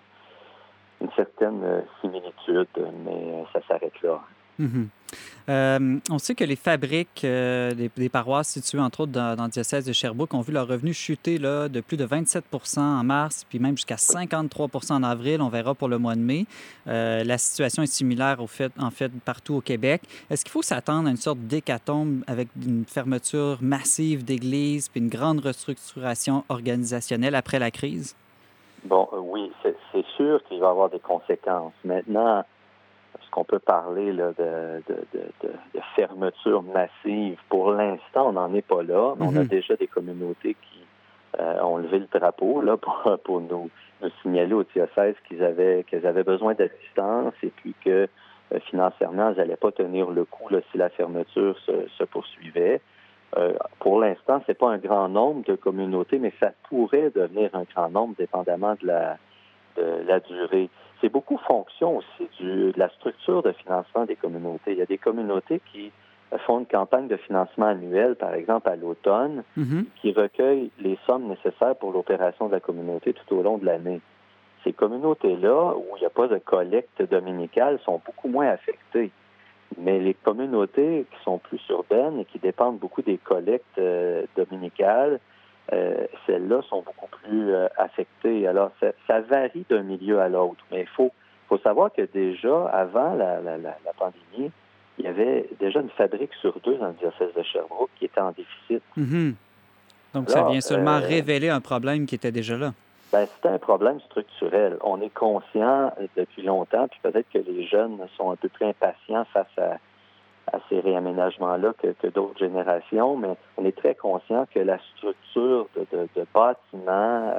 similitude, mais ça s'arrête là. Mhm. On sait que les fabriques des paroisses situées, entre autres, dans le diocèse de Sherbrooke ont vu leur revenu chuter là, de plus de 27 en mars, puis même jusqu'à 53 en avril. On verra pour le mois de mai. La situation est similaire, en fait, partout au Québec. Est-ce qu'il faut s'attendre à une sorte d'hécatombe avec une fermeture massive d'églises puis une grande restructuration organisationnelle après la crise? Bon, oui, c'est sûr qu'il va y avoir des conséquences. Maintenant, est-ce qu'on peut parler là, de fermeture massive? Pour l'instant, on n'en est pas là. On a déjà des communautés qui ont levé le drapeau là, pour nous signaler au diocèse qu'elles avaient besoin d'assistance et puis que financièrement, elles n'allaient pas tenir le coup là, si la fermeture se poursuivait. Pour l'instant, c'est pas un grand nombre de communautés, mais ça pourrait devenir un grand nombre dépendamment de la durée. C'est beaucoup fonction aussi de la structure de financement des communautés. Il y a des communautés qui font une campagne de financement annuelle, par exemple à l'automne, qui recueillent les sommes nécessaires pour l'opération de la communauté tout au long de l'année. Ces communautés-là, où il n'y a pas de collecte dominicale, sont beaucoup moins affectées. Mais les communautés qui sont plus urbaines et qui dépendent beaucoup des collectes dominicales, celles-là sont beaucoup plus affectées. Alors, ça varie d'un milieu à l'autre. Mais il faut savoir que déjà, avant la pandémie, il y avait déjà une fabrique sur 2 dans le diocèse de Sherbrooke qui était en déficit. Mm-hmm. Donc, alors, ça vient seulement révéler un problème qui était déjà là. C'est un problème structurel. On est conscient depuis longtemps, puis peut-être que les jeunes sont un peu plus impatients face à ces réaménagements-là que d'autres générations, mais on est très conscient que la structure de bâtiments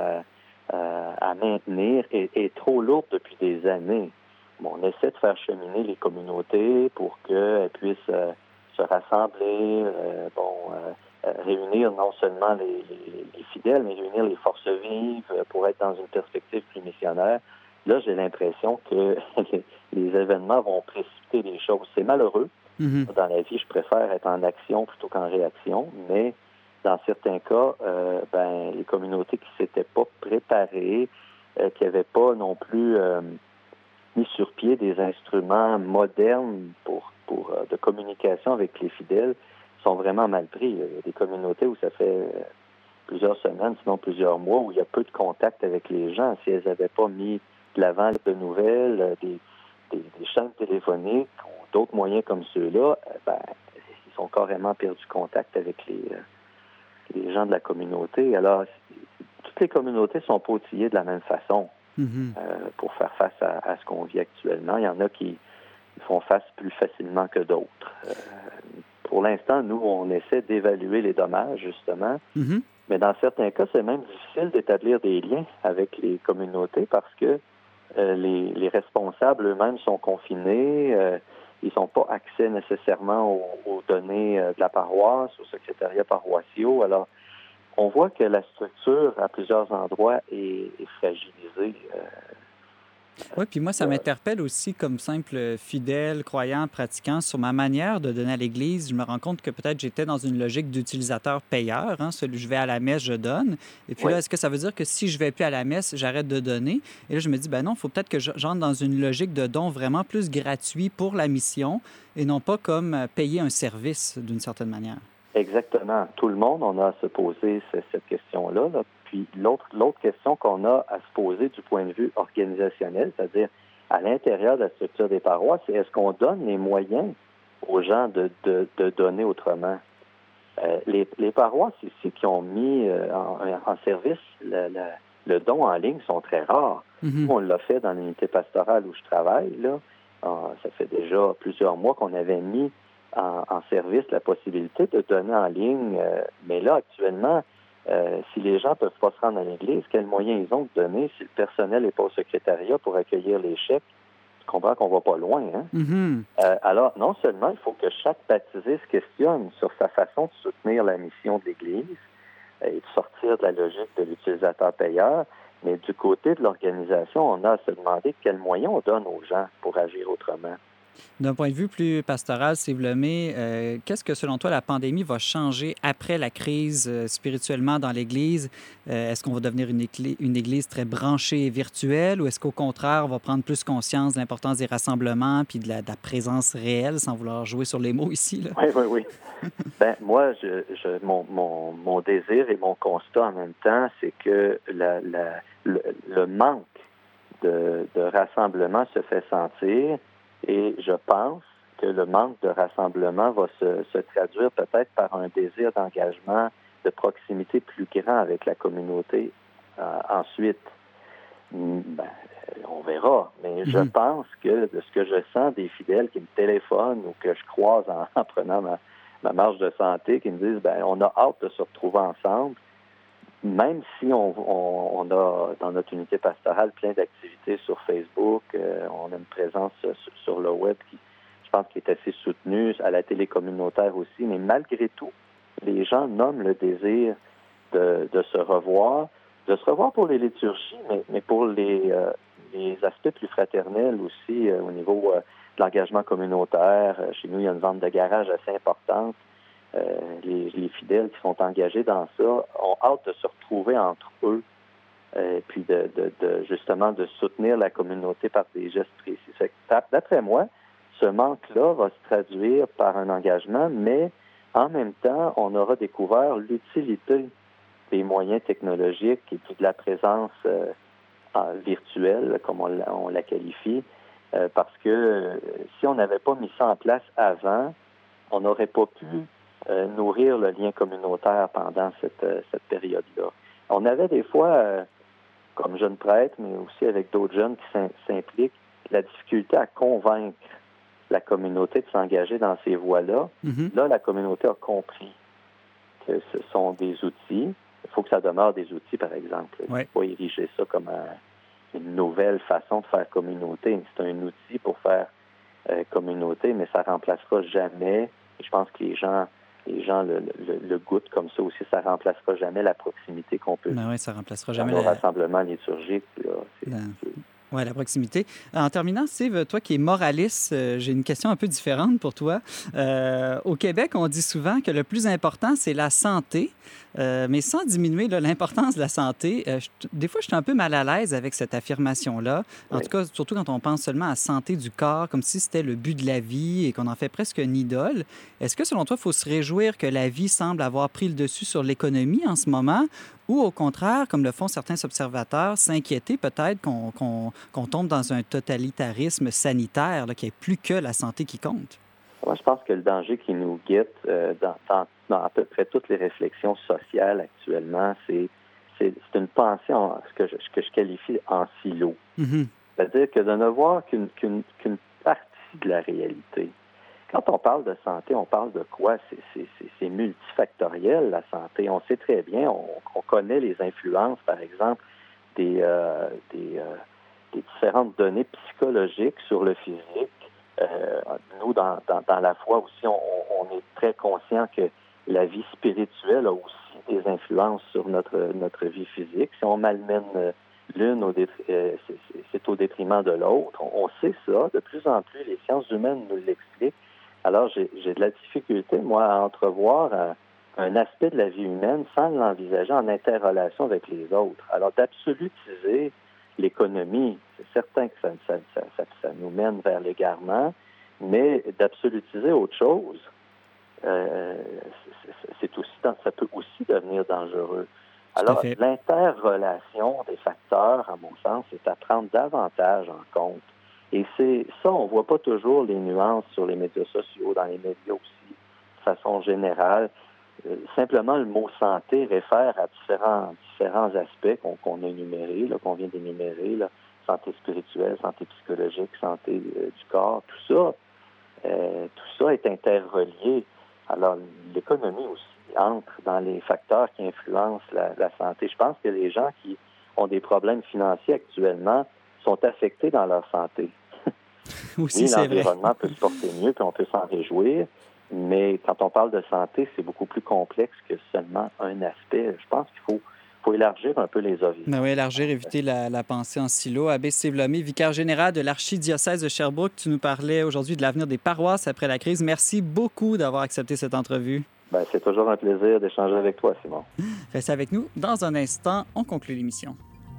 à maintenir est trop lourde depuis des années. Bon, on essaie de faire cheminer les communautés pour qu'elles puissent se rassembler, réunir non seulement les fidèles, mais réunir les forces vives pour être dans une perspective plus missionnaire. Là, j'ai l'impression que les événements vont précipiter les choses. C'est malheureux. Mm-hmm. Dans la vie, je préfère être en action plutôt qu'en réaction, mais dans certains cas, les communautés qui ne s'étaient pas préparées, qui n'avaient pas non plus mis sur pied des instruments modernes de communication avec les fidèles, sont vraiment mal pris. Il y a des communautés où ça fait plusieurs semaines, sinon plusieurs mois, où il y a peu de contact avec les gens. Si elles n'avaient pas mis de l'avant de nouvelles, des chaînes téléphoniques ou d'autres moyens comme ceux-là, ils ont carrément perdu contact avec les gens de la communauté. Alors, toutes les communautés sont pas outillées de la même façon pour faire face à ce qu'on vit actuellement. Il y en a qui font face plus facilement que d'autres. Pour l'instant, nous, on essaie d'évaluer les dommages, justement. Mm-hmm. Mais dans certains cas, c'est même difficile d'établir des liens avec les communautés parce que les responsables eux-mêmes sont confinés. Ils n'ont pas accès nécessairement aux données de la paroisse, aux secrétariats paroissiaux. Alors, on voit que la structure, à plusieurs endroits, est fragilisée. Oui, puis moi, ça m'interpelle aussi comme simple fidèle, croyant, pratiquant, sur ma manière de donner à l'Église. Je me rends compte que peut-être j'étais dans une logique d'utilisateur-payeur. Je vais à la messe, je donne. Et puis là, est-ce que ça veut dire que si je ne vais plus à la messe, j'arrête de donner? Et là, je me dis, non, il faut peut-être que j'entre dans une logique de don vraiment plus gratuit pour la mission et non pas comme payer un service d'une certaine manière. Exactement. Tout le monde, on a à se poser cette question-là. Puis l'autre question qu'on a à se poser du point de vue organisationnel, c'est-à-dire à l'intérieur de la structure des paroisses, c'est est-ce qu'on donne les moyens aux gens de donner autrement? Les paroisses ici qui ont mis en service le don en ligne sont très rares. Mm-hmm. On l'a fait dans l'unité pastorale où je travaille. Là. Ça fait déjà plusieurs mois qu'on avait mis en service la possibilité de donner en ligne. Mais là, actuellement, si les gens ne peuvent pas se rendre à l'église, quels moyens ils ont de donner si le personnel n'est pas au secrétariat pour accueillir les chèques? Tu comprends qu'on ne va pas loin. Hein? Mm-hmm. Alors, non seulement il faut que chaque baptisé se questionne sur sa façon de soutenir la mission de l'Église, et de sortir de la logique de l'utilisateur-payeur. Mais du côté de l'organisation, on a à se demander quels moyens on donne aux gens pour agir autrement. D'un point de vue plus pastoral, Steve Lemay, qu'est-ce que, selon toi, la pandémie va changer après la crise spirituellement dans l'Église? Est-ce qu'on va devenir une Église très branchée et virtuelle ou est-ce qu'au contraire, on va prendre plus conscience de l'importance des rassemblements puis de la présence réelle, sans vouloir jouer sur les mots ici? Là? Oui. Moi, mon désir et mon constat en même temps, c'est que le manque de rassemblement se fait sentir. Et je pense que le manque de rassemblement va se traduire peut-être par un désir d'engagement, de proximité plus grand avec la communauté ensuite. On verra, mais je pense que de ce que je sens des fidèles qui me téléphonent ou que je croise en prenant ma marche de santé, qui me disent on a hâte de se retrouver ensemble, même si on a dans notre unité pastorale plein d'activités sur Facebook, on a une présence sur le web qui, je pense, qui est assez soutenue, à la télé communautaire aussi, mais malgré tout, les gens nomment le désir de se revoir pour les liturgies, mais pour les aspects plus fraternels aussi, au niveau de l'engagement communautaire. Chez nous, il y a une vente de garage assez importante. Les fidèles qui sont engagés dans ça ont hâte de se retrouver entre eux, puis justement de soutenir la communauté par des gestes précis. D'après moi, ce manque-là va se traduire par un engagement, mais en même temps, on aura découvert l'utilité des moyens technologiques et puis de la présence virtuelle, comme on la qualifie, parce que si on n'avait pas mis ça en place avant, on n'aurait pas pu nourrir le lien communautaire pendant cette période-là. On avait des fois, comme jeune prêtre, mais aussi avec d'autres jeunes qui s'impliquent, la difficulté à convaincre la communauté de s'engager dans ces voies-là. Mm-hmm. Là, la communauté a compris que ce sont des outils. Il faut que ça demeure des outils, par exemple. Il ne faut pas ériger ça comme une nouvelle façon de faire communauté. C'est un outil pour faire communauté, mais ça ne remplacera jamais. Et je pense que les gens le goûtent comme ça aussi. Ça ne remplacera jamais la proximité qu'on peut vivre. Ça ne remplacera jamais le rassemblement liturgique. Oui, la proximité. En terminant, Steve, toi qui es moraliste, j'ai une question un peu différente pour toi. Au Québec, on dit souvent que le plus important, c'est la santé, mais sans diminuer l'importance de la santé. Des fois, je suis un peu mal à l'aise avec cette affirmation-là. En tout cas, surtout quand on pense seulement à la santé du corps, comme si c'était le but de la vie et qu'on en fait presque une idole. Est-ce que, selon toi, il faut se réjouir que la vie semble avoir pris le dessus sur l'économie en ce moment? Ou au contraire, comme le font certains observateurs, s'inquiéter peut-être qu'on tombe dans un totalitarisme sanitaire, là, qui n'est plus que la santé qui compte? Moi, je pense que le danger qui nous guette dans à peu près toutes les réflexions sociales actuellement, c'est une pensée ce que je qualifie en silo. Mm-hmm. C'est-à-dire que de ne voir qu'une partie de la réalité. Quand on parle de santé, on parle de quoi? C'est multifactoriel, la santé. On sait très bien, on connaît les influences, par exemple, des différentes données psychologiques sur le physique. Nous, dans la foi aussi, on est très conscient que la vie spirituelle a aussi des influences sur notre vie physique. Si on malmène l'une, c'est au détriment de l'autre. On sait ça. De plus en plus, les sciences humaines nous l'expliquent. Alors, j'ai de la difficulté, moi, à entrevoir un aspect de la vie humaine sans l'envisager en interrelation avec les autres. Alors, d'absolutiser l'économie, c'est certain que ça nous mène vers l'égarement, mais d'absolutiser autre chose, ça peut aussi devenir dangereux. Alors, l'interrelation des facteurs, à mon sens, c'est à prendre davantage en compte. Et c'est ça, on ne voit pas toujours les nuances sur les médias sociaux, dans les médias aussi, de façon générale. Simplement, le mot santé réfère à différents aspects qu'on a énumérés, là, qu'on vient d'énumérer, là, santé spirituelle, santé psychologique, santé du corps, tout ça est interrelié. Alors, l'économie aussi entre dans les facteurs qui influencent la santé. Je pense que les gens qui ont des problèmes financiers actuellement sont affectés dans leur santé. Aussi, oui, l'environnement peut se porter mieux, puis on peut s'en réjouir, Mais quand on parle de santé, c'est beaucoup plus complexe que seulement un aspect. Je pense qu'il faut élargir un peu les horizons. Ben oui, élargir, éviter la pensée en silo. Abbé Steve Lemay, vicaire général de l'archidiocèse de Sherbrooke, tu nous parlais aujourd'hui de l'avenir des paroisses après la crise. Merci beaucoup d'avoir accepté cette entrevue. Ben, c'est toujours un plaisir d'échanger avec toi, Simon. Restez avec nous. Dans un instant, on conclut l'émission.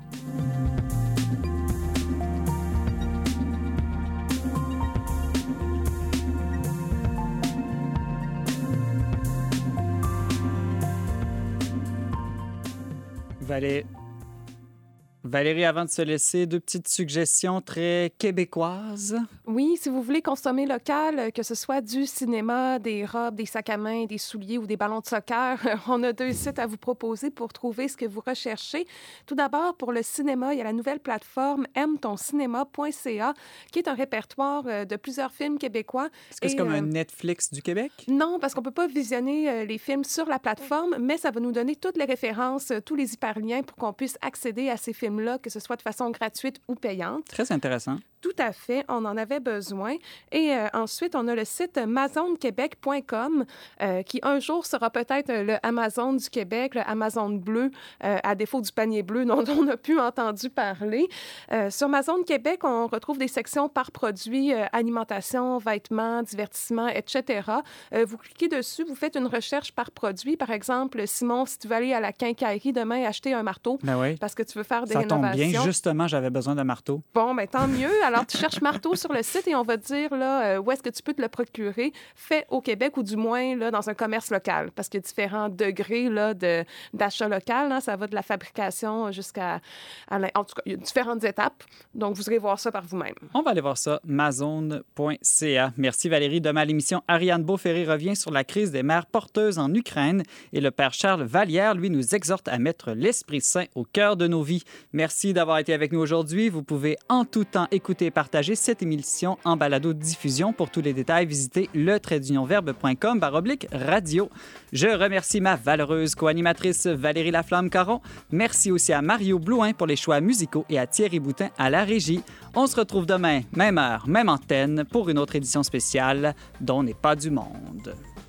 Valérie, avant de se laisser, 2 petites suggestions très québécoises. Oui, si vous voulez consommer local, que ce soit du cinéma, des robes, des sacs à main, des souliers ou des ballons de soccer, on a 2 sites à vous proposer pour trouver ce que vous recherchez. Tout d'abord, pour le cinéma, il y a la nouvelle plateforme aimetonscinéma.ca qui est un répertoire de plusieurs films québécois. Est-ce que c'est comme un Netflix du Québec? Non, parce qu'on ne peut pas visionner les films sur la plateforme, mais ça va nous donner toutes les références, tous les hyperliens pour qu'on puisse accéder à ces films-là, que ce soit de façon gratuite ou payante. Très intéressant. Tout à fait, on en avait besoin. Et ensuite, on a le site amazonquebec.com qui un jour sera peut-être le Amazon du Québec, le Amazon bleu, à défaut du panier bleu dont on a pu entendu parler. Sur Amazon Québec, on retrouve des sections par produit, alimentation, vêtements, divertissement, etc. Vous cliquez dessus, vous faites une recherche par produit. Par exemple, Simon, si tu veux aller à la quincaillerie demain acheter un marteau parce que tu veux faire des rénovations. Ça tombe bien, justement, j'avais besoin d'un marteau. Bon, bien, tant mieux. Alors, tu cherches marteau sur le site et on va te dire là, où est-ce que tu peux te le procurer, fait au Québec ou du moins là, dans un commerce local, parce qu'il y a différents degrés là, d'achat local. Hein, ça va de la fabrication jusqu'à... En tout cas, il y a différentes étapes. Donc, vous irez voir ça par vous-même. On va aller voir ça, amazon.ca. Merci Valérie. Demain à l'émission, Ariane Beauferré revient sur la crise des mères porteuses en Ukraine et le père Charles Vallière, lui, nous exhorte à mettre l'Esprit Saint au cœur de nos vies. Merci d'avoir été avec nous aujourd'hui. Vous pouvez en tout temps écouter et partager cette émission en balado-diffusion. Pour tous les détails, visitez le-verbe.com/radio. Je remercie ma valeureuse co-animatrice Valérie Laflamme-Caron. Merci aussi à Mario Blouin pour les choix musicaux et à Thierry Boutin à la régie. On se retrouve demain, même heure, même antenne, pour une autre édition spéciale dont n'est pas du monde.